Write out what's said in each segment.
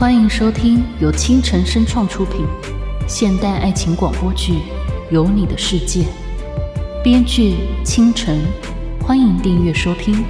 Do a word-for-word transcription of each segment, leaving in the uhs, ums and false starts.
欢迎收听由青城声创出品现代爱情广播剧《有你的世界》，编剧青城，欢迎订阅收听。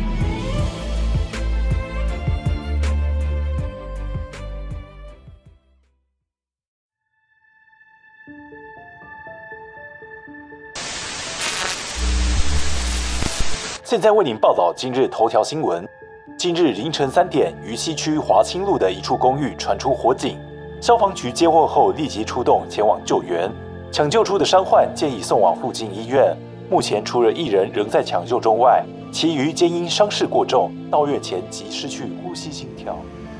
现在为您报道今日头条新闻。今日凌晨三点，于西区华清路的一处公寓传出火警，消防局接获后立即出动前往救援。抢救出的伤患建议送往附近医院，目前除了一人仍在抢救中外，其余皆因伤势过重，到院前即失去呼吸心跳。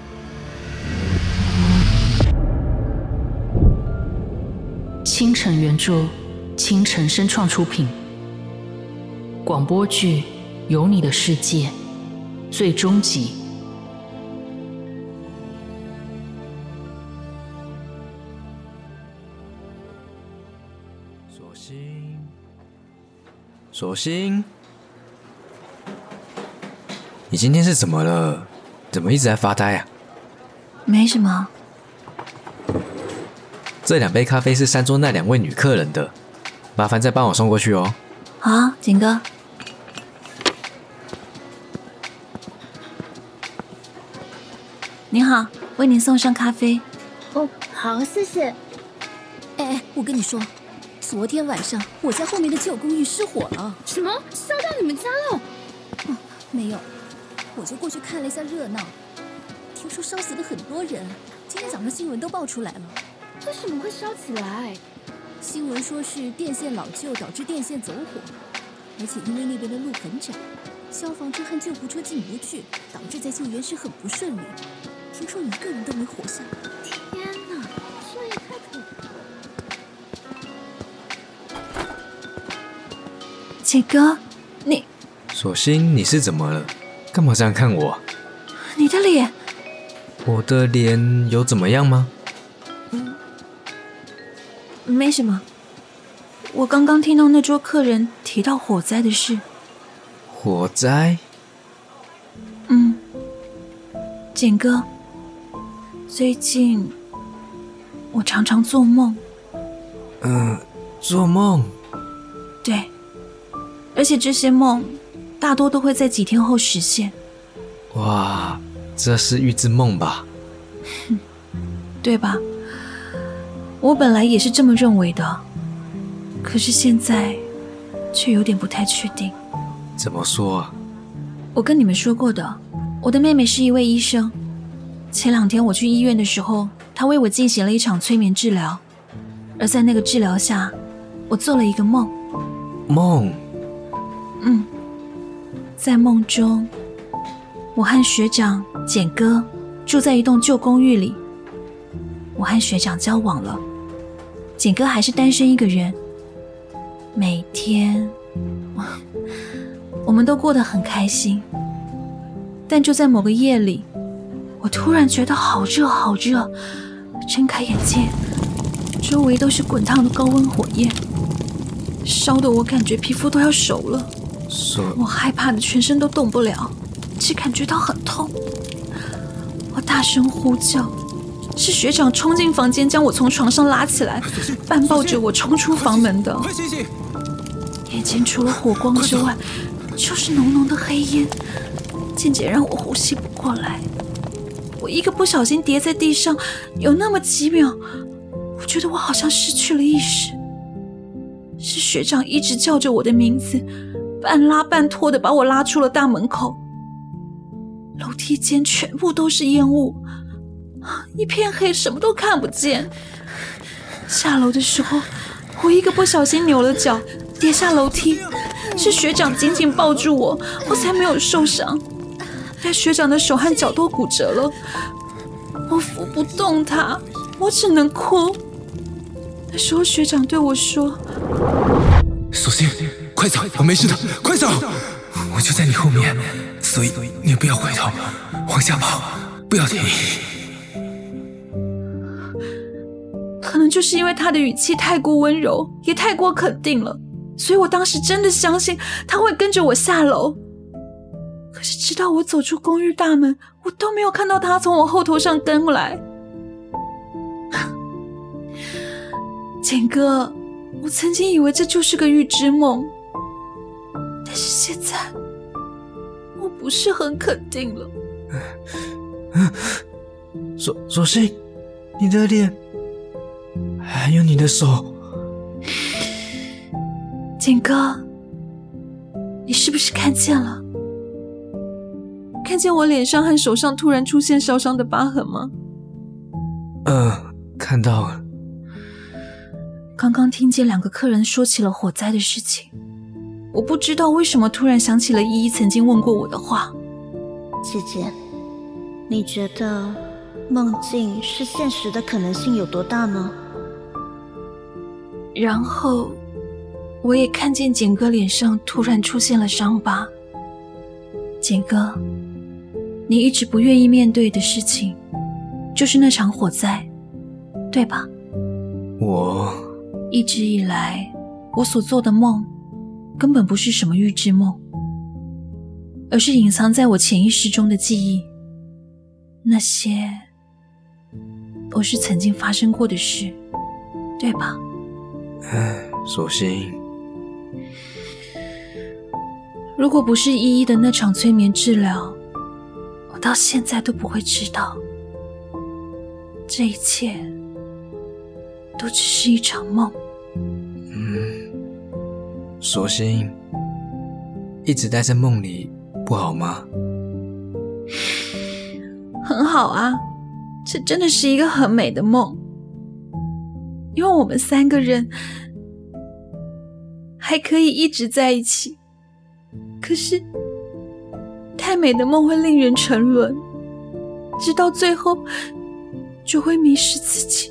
青城原著，青城声创出品，广播剧《有你的世界》最终集。 索性，索性，你今天是怎么了？怎么一直在发呆啊？ 没什么。 这两杯咖啡是三桌那两位女客人的，麻烦再帮我送过去哦。 好，景哥。你好，为您送上咖啡。 哦，好，谢谢。 哎哎，我跟你说，昨天晚上我家后面的旧公寓失火了。 什么？烧到你们家了？ 嗯，没有，我就过去看了一下热闹。听说烧死了很多人，今天早上新闻都爆出来了。 为什么会烧起来？ 新闻说是电线老旧导致电线走火，而且因为那边的路很窄，消防车和救护车进不去，导致在救援时很不顺利。听说一个人都没活下来。 天哪，这也太可怕了！ 景哥，你…… 索性，你是怎么了？干嘛这样看我？ 你的脸…… 我的脸有怎么样吗？ 嗯，没什么。我刚刚听到那桌客人提到火灾的事。 火灾？ 嗯，景哥，最近我常常做梦。 嗯，做梦？ 对，而且这些梦大多都会在几天后实现。 哇，这是预知梦吧？ 对吧？我本来也是这么认为的，可是现在却有点不太确定。 怎么说啊？ 我跟你们说过的，我的妹妹是一位医生。前两天我去医院的时候，她为我进行了一场催眠治疗，而在那个治疗下，我做了一个梦。 梦？ 嗯，在梦中，我和学长简哥住在一栋旧公寓里。我和学长交往了，简哥还是单身一个人。每天我们都过得很开心，但就在某个夜里，我突然觉得好热好热，睁开眼睛，周围都是滚烫的高温火焰，烧得我感觉皮肤都要熟了。我害怕的全身都动不了，只感觉到很痛。我大声呼叫，是学长冲进房间将我从床上拉起来，半抱着我冲出房门的。眼前除了火光之外，就是浓浓的黑烟，渐渐让我呼吸不过来。我一个不小心跌在地上，有那么几秒，我觉得我好像失去了意识。是学长一直叫着我的名字，半拉半拖的把我拉出了大门口。楼梯间全部都是烟雾，一片黑，什么都看不见。下楼的时候，我一个不小心扭了脚，跌下楼梯，是学长紧紧抱住我，我才没有受伤。但学长的手和脚都骨折了，我扶不动他，我只能哭。那时候学长对我说：“ 索性，快走，我没事的，快走，我就在你后面，所以你不要回头，往下跑，不要停。” 可能就是因为他的语气太过温柔，也太过肯定了，所以我当时真的相信他会跟着我下楼。可是直到我走出公寓大门，我都没有看到他从我后头上跟来。 简哥，我曾经以为这就是个预知梦，但是现在我不是很肯定了。 索索性，你的脸，还有你的手。 简哥，你是不是看见了？看见我脸上和手上突然出现烧伤的疤痕吗？ 嗯、呃，看到了。 刚刚听见两个客人说起了火灾的事情，我不知道为什么突然想起了依依曾经问过我的话。 姐姐，你觉得梦境是现实的可能性有多大呢？ 然后我也看见简哥脸上突然出现了伤疤。简哥，你一直不愿意面对的事情就是那场火灾，对吧？ 我一直以来我所做的梦根本不是什么预知梦，而是隐藏在我潜意识中的记忆，那些都是曾经发生过的事，对吧？ 唉，索性， 如果不是依依的那场催眠治疗，我到现在都不会知道，这一切都只是一场梦。 嗯，索性一直待在梦里不好吗？ 很好啊，这真的是一个很美的梦，因为我们三个人还可以一直在一起。可是太美的梦会令人沉沦，直到最后就会迷失自己。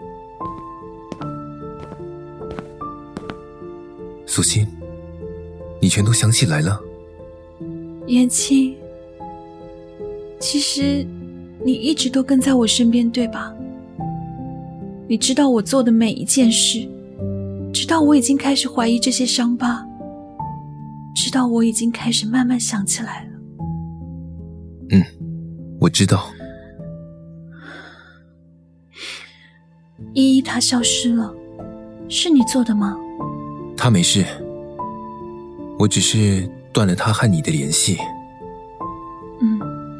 索性，你全都想起来了。 言青，其实你一直都跟在我身边，对吧？你知道我做的每一件事，直到我已经开始怀疑这些伤疤，直到我已经开始慢慢想起来了。 嗯，我知道。 依依她消失了，是你做的吗？ 他没事，我只是断了他和你的联系。 嗯，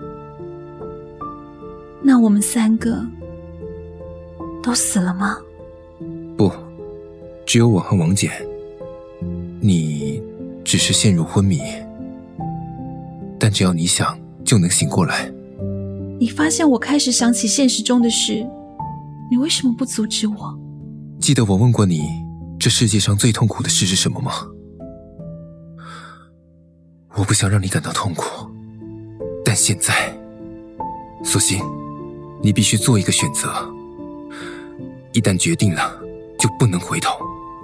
那我们三个都死了吗？ 不，只有我和王姐，你只是陷入昏迷，但只要你想就能醒过来。 你发现我开始想起现实中的事，你为什么不阻止我？ 记得我问过你，这世界上最痛苦的事是什么吗？我不想让你感到痛苦，但现在，索性，你必须做一个选择。一旦决定了，就不能回头。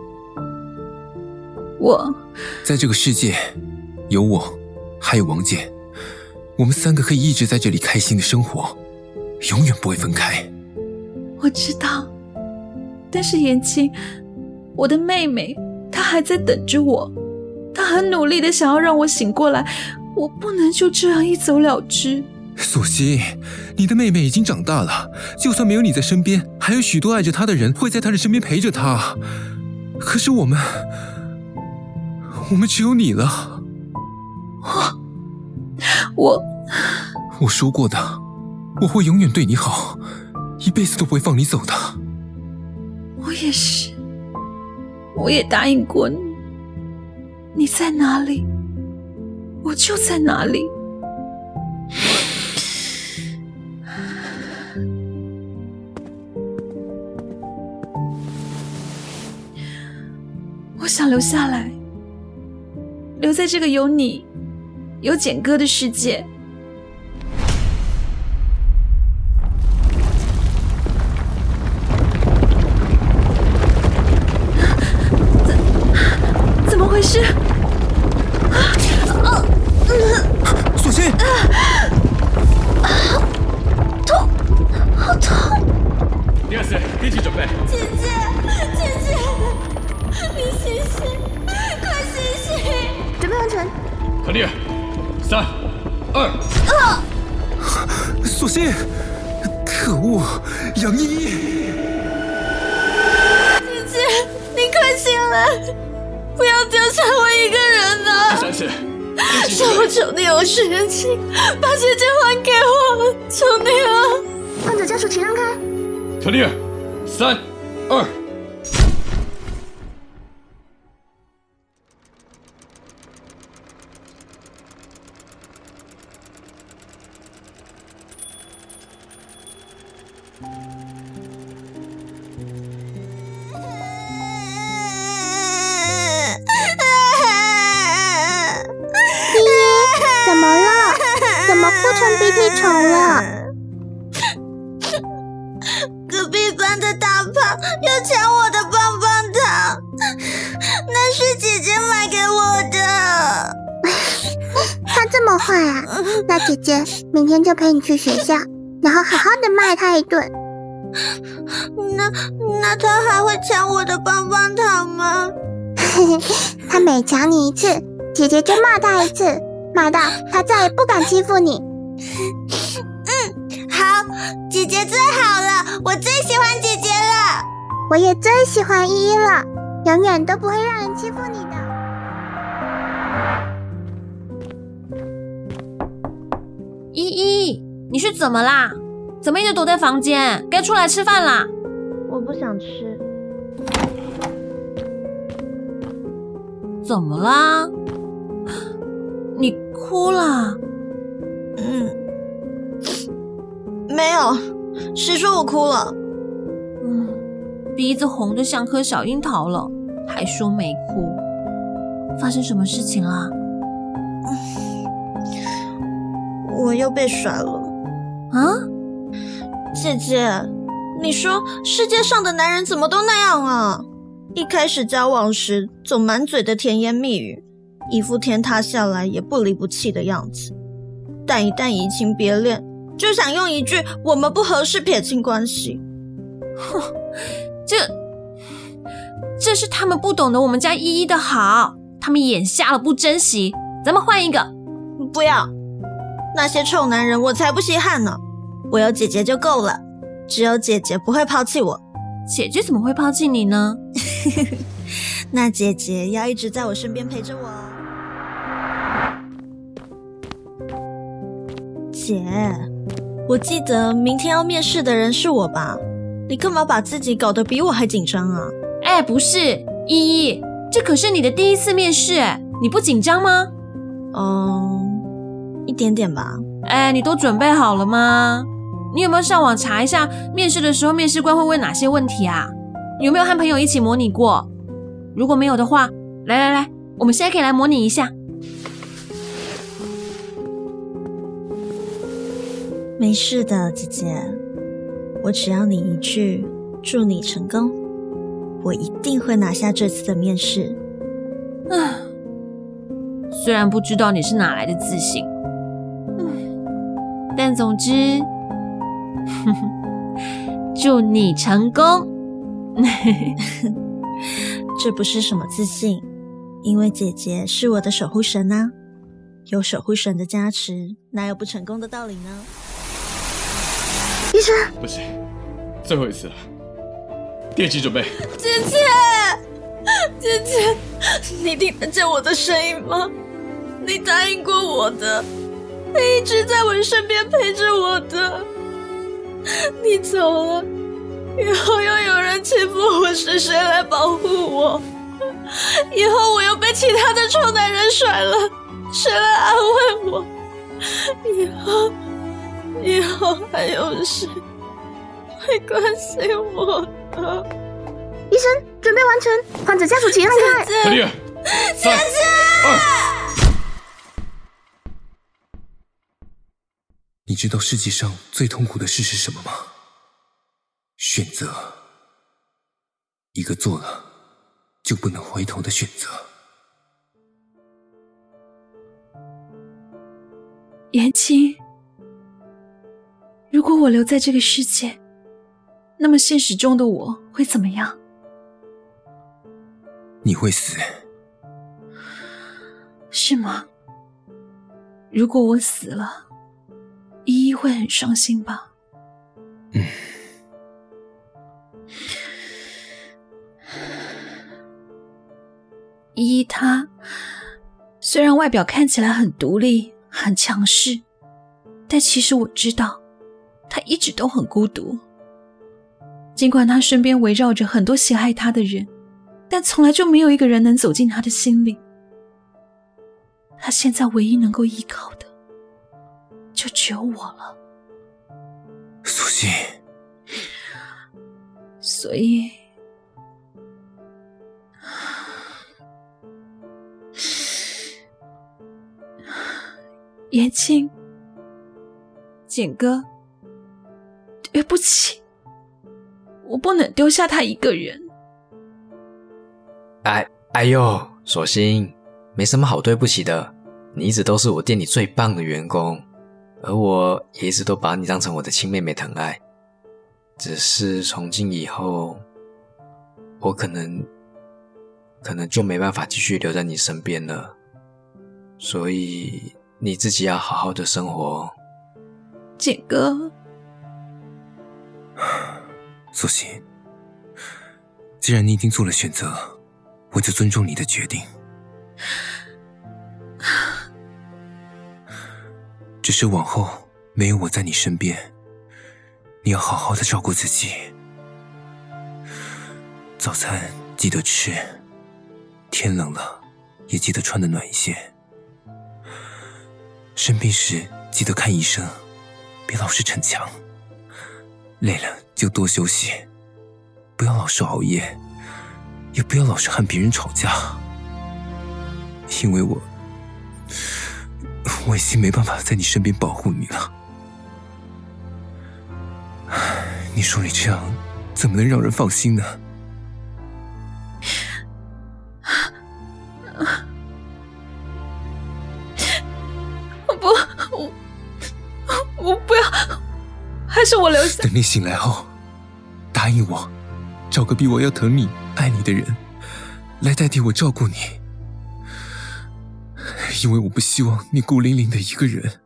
我在这个世界，有我，还有王姐，我们三个可以一直在这里开心的生活，永远不会分开。 我知道，但是言青，我的妹妹她还在等着我，她很努力的想要让我醒过来，我不能就这样一走了之。 索性，你的妹妹已经长大了，就算没有你在身边，还有许多爱着她的人会在她的身边陪着她。可是我们，我们只有你了。 我， 我说过的，我会永远对你好，一辈子都不会放你走的。 我也是，我也答应过你，你在哪里，我就在哪里。我想留下来，留在这个有你、有简哥的世界。怎怎么回事？啊！ 索性， 痛，好痛！ 第二次，立即准备。 姐姐，姐姐，你醒醒，快醒醒！ 准备完成。 可丽，三、二。 啊！ 索性，可恶，杨依依！ 姐姐， 快醒来，不要丢下我一个人啊！ 第三次， 求我求你有事情，把姐姐还给我，求你了！ 患者家属请让开。 特利尔，三、二。 怎么了？怎么哭成鼻涕虫了？ 隔壁班的大胖要抢我的棒棒糖，那是姐姐买给我的。 他这么坏啊？那姐姐明天就陪你去学校，然后好好的骂他一顿。 那那他还会抢我的棒棒糖吗？ 他每抢你一次，姐姐就骂他一次，骂到他再也不敢欺负你。 嗯，好，姐姐最好了，我最喜欢姐姐了。 我也最喜欢依依了，永远都不会让人欺负你的。 依依，你是怎么啦？怎么一直躲在房间？该出来吃饭啦！ 我不想吃。 怎么啦？你哭了？ 嗯，没有，谁说我哭了？ 嗯，鼻子红得像颗小樱桃了，还说没哭。发生什么事情啦？ 我又被甩了。 啊？ 姐姐，你说世界上的男人怎么都那样啊？一开始交往时总满嘴的甜言蜜语，一副天塌下来也不离不弃的样子，但一旦移情别恋，就想用一句我们不合适撇清关系。 哼，这这是他们不懂得我们家依依的好，他们眼瞎了不珍惜。咱们换一个。 不要，那些臭男人我才不稀罕呢，我有姐姐就够了，只有姐姐不会抛弃我。 姐姐怎么会抛弃你呢？ 那姐姐要一直在我身边陪着我。姐，我记得明天要面试的人是我吧？你干嘛把自己搞得比我还紧张啊？ 哎，不是，依依，这可是你的第一次面试，哎，你不紧张吗？ 嗯，一点点吧。 哎，你都准备好了吗？你有没有上网查一下面试的时候面试官会问哪些问题啊？有没有和朋友一起模拟过？如果没有的话，来来来，我们现在可以来模拟一下。 没事的，姐姐，我只要你一句祝你成功，我一定会拿下这次的面试。 唉，虽然不知道你是哪来的自信，但总之祝你成功。 这不是什么自信，因为姐姐是我的守护神啊，有守护神的加持，哪有不成功的道理呢？ 医生， 不行，最后一次了，电击准备。 姐姐，姐姐，你听得见我的声音吗？你答应过我的，你一直在我身边陪着我的。你走了，以后又有人欺负我时，谁来保护我？以后我又被其他的臭男人甩了，谁来安慰我？以后，以后还有谁会关心我的？ 医生，准备完成，患者家属请让开。 特利尔，三、二。 你知道世界上最痛苦的事是什么吗？选择，一个做了就不能回头的选择。 言青，如果我留在这个世界，那么现实中的我会怎么样？ 你会死。 是吗？如果我死了，依依会很伤心吧？ 嗯。 他虽然外表看起来很独立很强势，但其实我知道他一直都很孤独。尽管他身边围绕着很多喜爱他的人，但从来就没有一个人能走进他的心里。他现在唯一能够依靠的就只有我了。 苏心， 所以言青，简哥，对不起，我不能丢下他一个人。 哎哎呦，索性没什么好对不起的，你一直都是我店里最棒的员工，而我也一直都把你当成我的亲妹妹疼爱。只是从今以后，我可能可能就没办法继续留在你身边了，所以你自己要好好的生活。 简哥， 苏心，既然你已经做了选择，我就尊重你的决定。只是往后没有我在你身边，你要好好的照顾自己。早餐记得吃，天冷了也记得穿得暖一些。生病时记得看医生，别老是逞强。累了就多休息，不要老是熬夜，也不要老是和别人吵架。因为我我已经没办法在你身边保护你了。你说你这样怎么能让人放心呢？ 不，我我不要，还是我留下。 等你醒来后，答应我，找个比我要疼你、爱你的人，来代替我照顾你。因为我不希望你孤零零的一个人。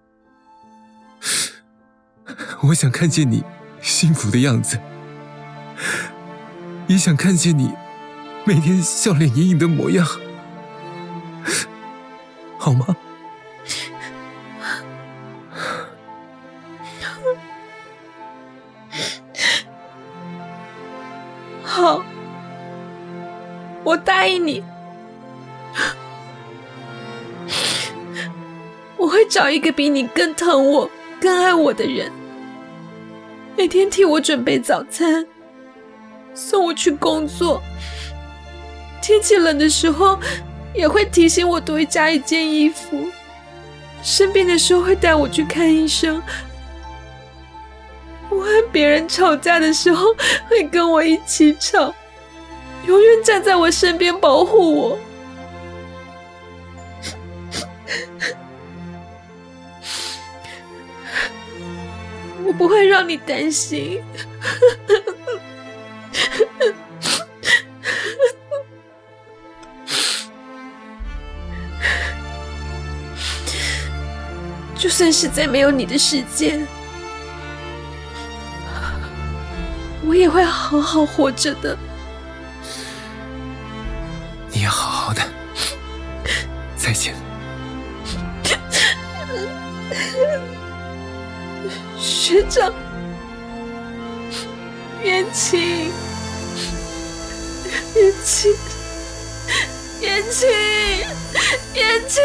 我想看见你幸福的样子，也想看见你每天笑脸盈盈的模样，好吗？ 好，我答应你，我会找一个比你更疼我、更爱我的人，每天替我准备早餐，送我去工作，天气冷的时候也会提醒我多加一件衣服，生病的时候会带我去看医生，我和别人吵架的时候会跟我一起吵，永远站在我身边保护我。我不会让你担心。就算是在没有你的世界，我也会好好活着的。 你要好好的。再见。 学长，言青，言青，言青，言青。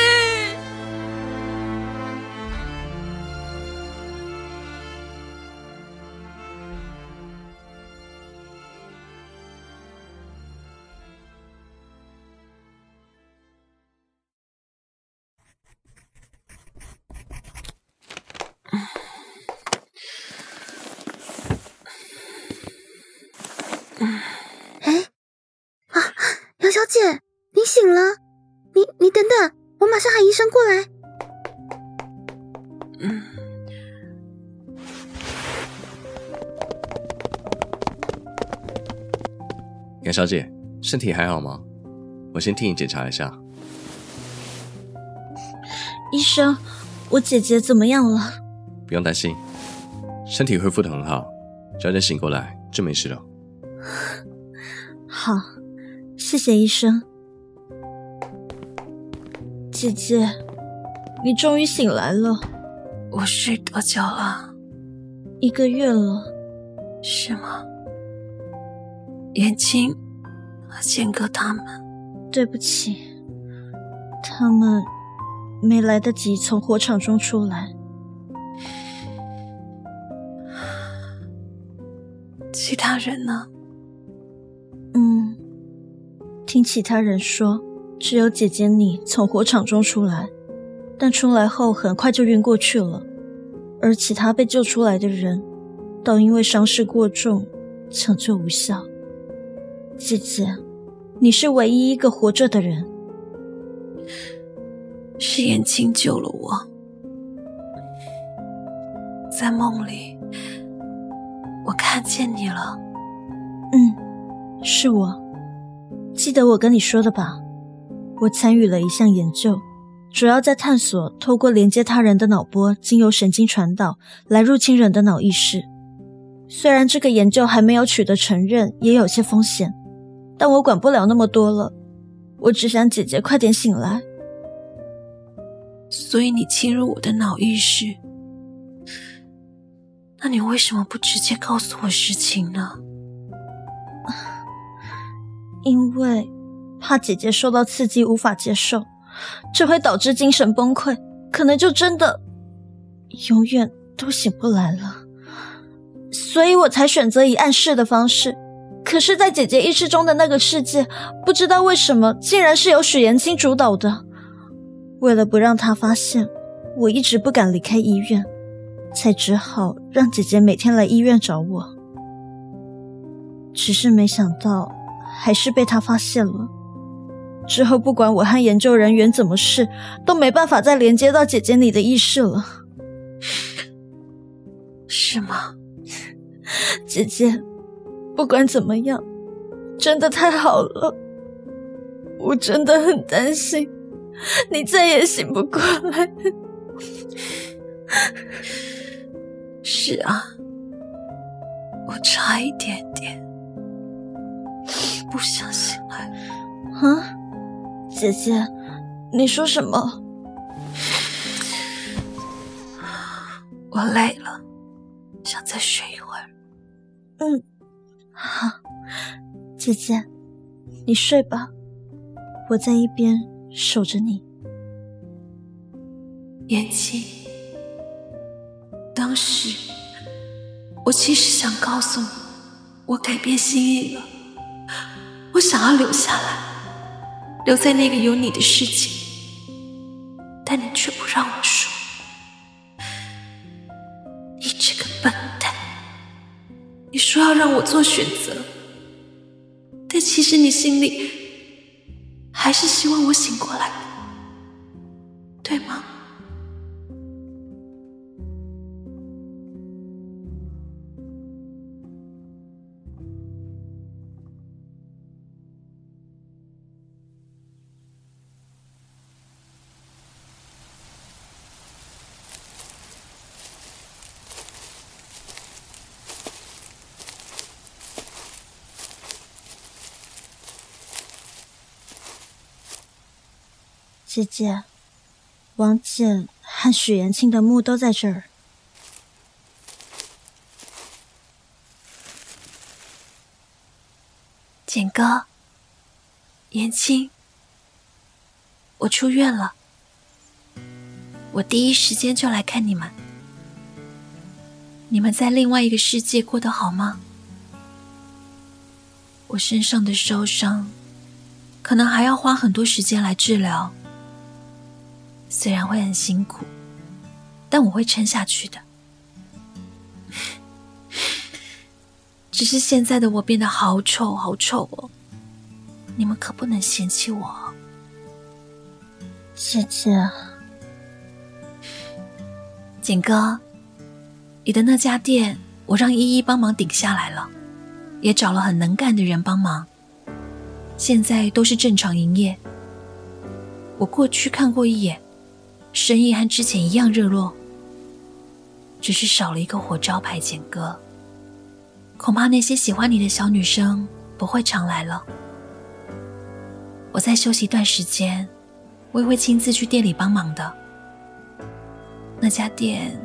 小姐，你醒了？你你等等，我马上喊医生过来。 嗯。 杨小姐，身体还好吗？我先替你检查一下。 医生，我姐姐怎么样了？ 不用担心，身体恢复得很好，只要你醒过来就没事了。 好，谢谢医生。 姐姐，你终于醒来了。 我睡多久了？ 一个月了。 是吗？言青和剑哥他们， 对不起，他们没来得及从火场中出来。 其他人呢？ 嗯，听其他人说，只有姐姐你从火场中出来，但出来后很快就晕过去了，而其他被救出来的人倒因为伤势过重，抢救无效。姐姐，你是唯一一个活着的人。 是言青救了我。在梦里，我看见你了。 嗯，是我。记得我跟你说的吧？我参与了一项研究，主要在探索透过连接他人的脑波，经由神经传导来入侵人的脑意识。虽然这个研究还没有取得承认，也有些风险，但我管不了那么多了。我只想姐姐快点醒来。 所以你侵入我的脑意识，那你为什么不直接告诉我实情呢？ 因为怕姐姐受到刺激无法接受，这会导致精神崩溃，可能就真的永远都醒不来了。所以我才选择以暗示的方式。可是在姐姐意识中的那个世界，不知道为什么竟然是由许言青主导的。为了不让她发现，我一直不敢离开医院，才只好让姐姐每天来医院找我。只是没想到还是被她发现了。之后不管我和研究人员怎么试，都没办法再连接到姐姐你的意识了。 是吗？ 姐姐，不管怎么样，真的太好了。我真的很担心你再也醒不过来。 是啊，我差一点点不想醒来。 啊，姐姐，你说什么？ 我累了，想再睡一会儿。 嗯，好，姐姐，你睡吧，我在一边守着你。 言青，当时我其实想告诉你，我改变心意了，我想要留下来，留在那个有你的世界，但你却不让我说。你这个笨蛋，你说要让我做选择，但其实你心里还是希望我醒过来的，对吗？ 姐姐，王简和许言青的墓都在这儿。 简哥，言青，我出院了，我第一时间就来看你们。你们在另外一个世界过得好吗？我身上的受伤可能还要花很多时间来治疗，虽然会很辛苦，但我会撑下去的。只是现在的我变得好丑好丑哦，你们可不能嫌弃我哦。 姐姐， 简哥，你的那家店我让依依帮忙顶下来了，也找了很能干的人帮忙，现在都是正常营业。我过去看过一眼，生意和之前一样热络，只是少了一个活招牌简哥，恐怕那些喜欢你的小女生不会常来了。我再休息一段时间， 我也会亲自去店里帮忙的。那家店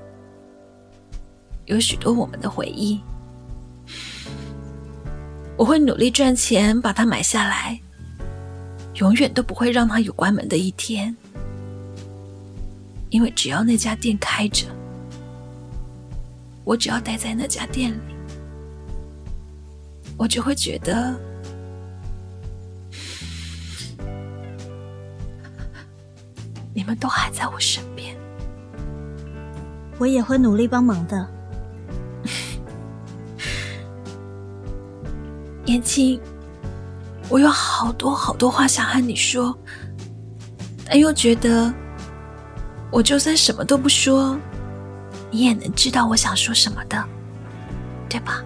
有许多我们的回忆，我会努力赚钱把它买下来，永远都不会让它有关门的一天。因为只要那家店开着，我只要待在那家店里，我就会觉得你们都还在我身边。 我也会努力帮忙的。 燕青，我有好多好多话想和你说，但又觉得我就算什么都不说，你也能知道我想说什么的，对吧？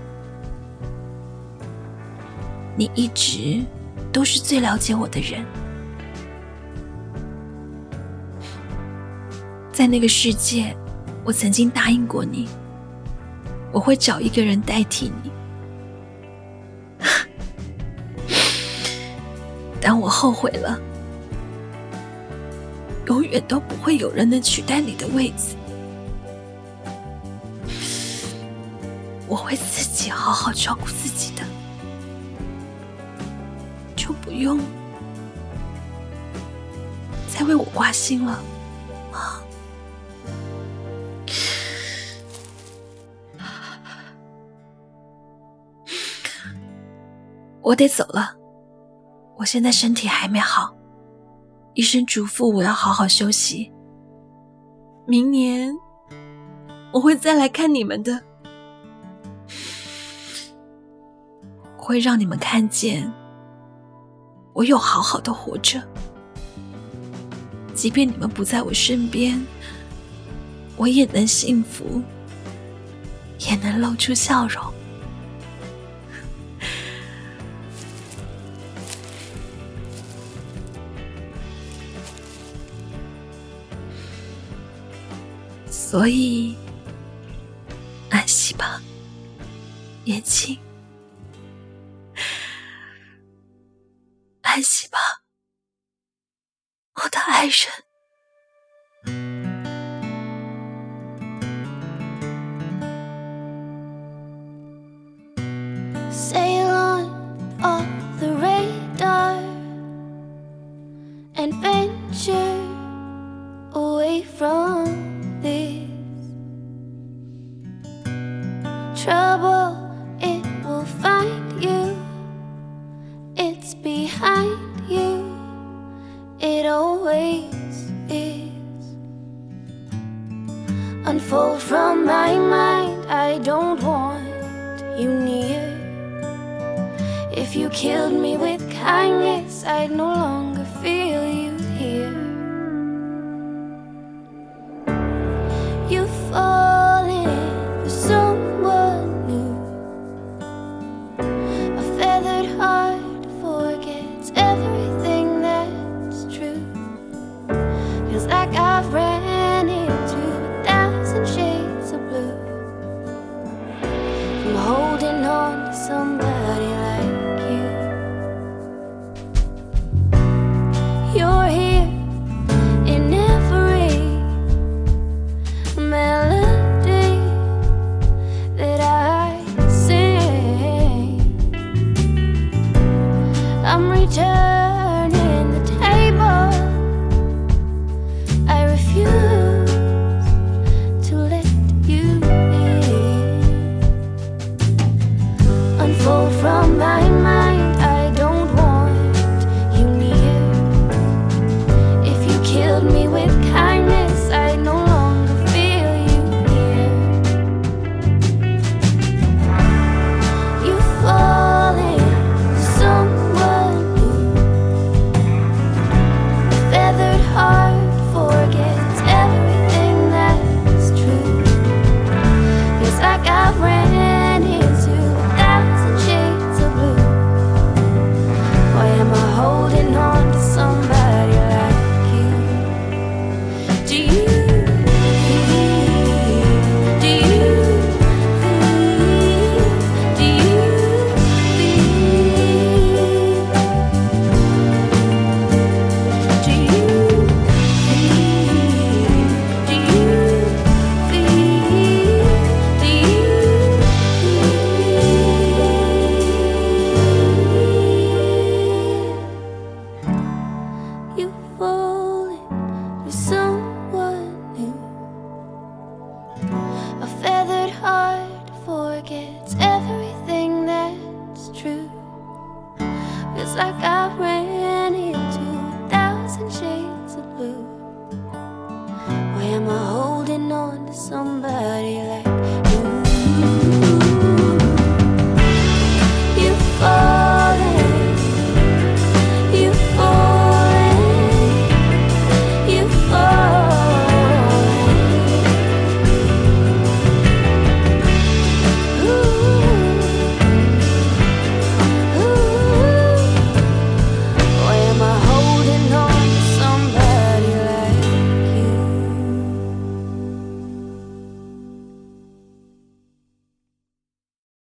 你一直都是最了解我的人，在那个世界，我曾经答应过你，我会找一个人代替你，但我后悔了，永远都不会有人能取代你的位子。我会自己好好照顾自己的，就不用再为我挂心了啊！我得走了，我现在身体还没好，医生嘱咐我要好好休息。明年我会再来看你们的，我会让你们看见我有好好的活着，即便你们不在我身边，我也能幸福，也能露出笑容。所以安息吧，燕青，安息吧，我的爱人。 Sail on off the radar and venture away from this trouble. It will find you, it's behind you, it always is. Unfold from my mind, I don't want you near. If you killed me with kindness, I'd no longer feel you here. You've fallen for someone new. A feathered heart forgets everything that's true. Feels like I've ran into a thousand shades of blue from holding on to somebody like you. am I holding on to somebody?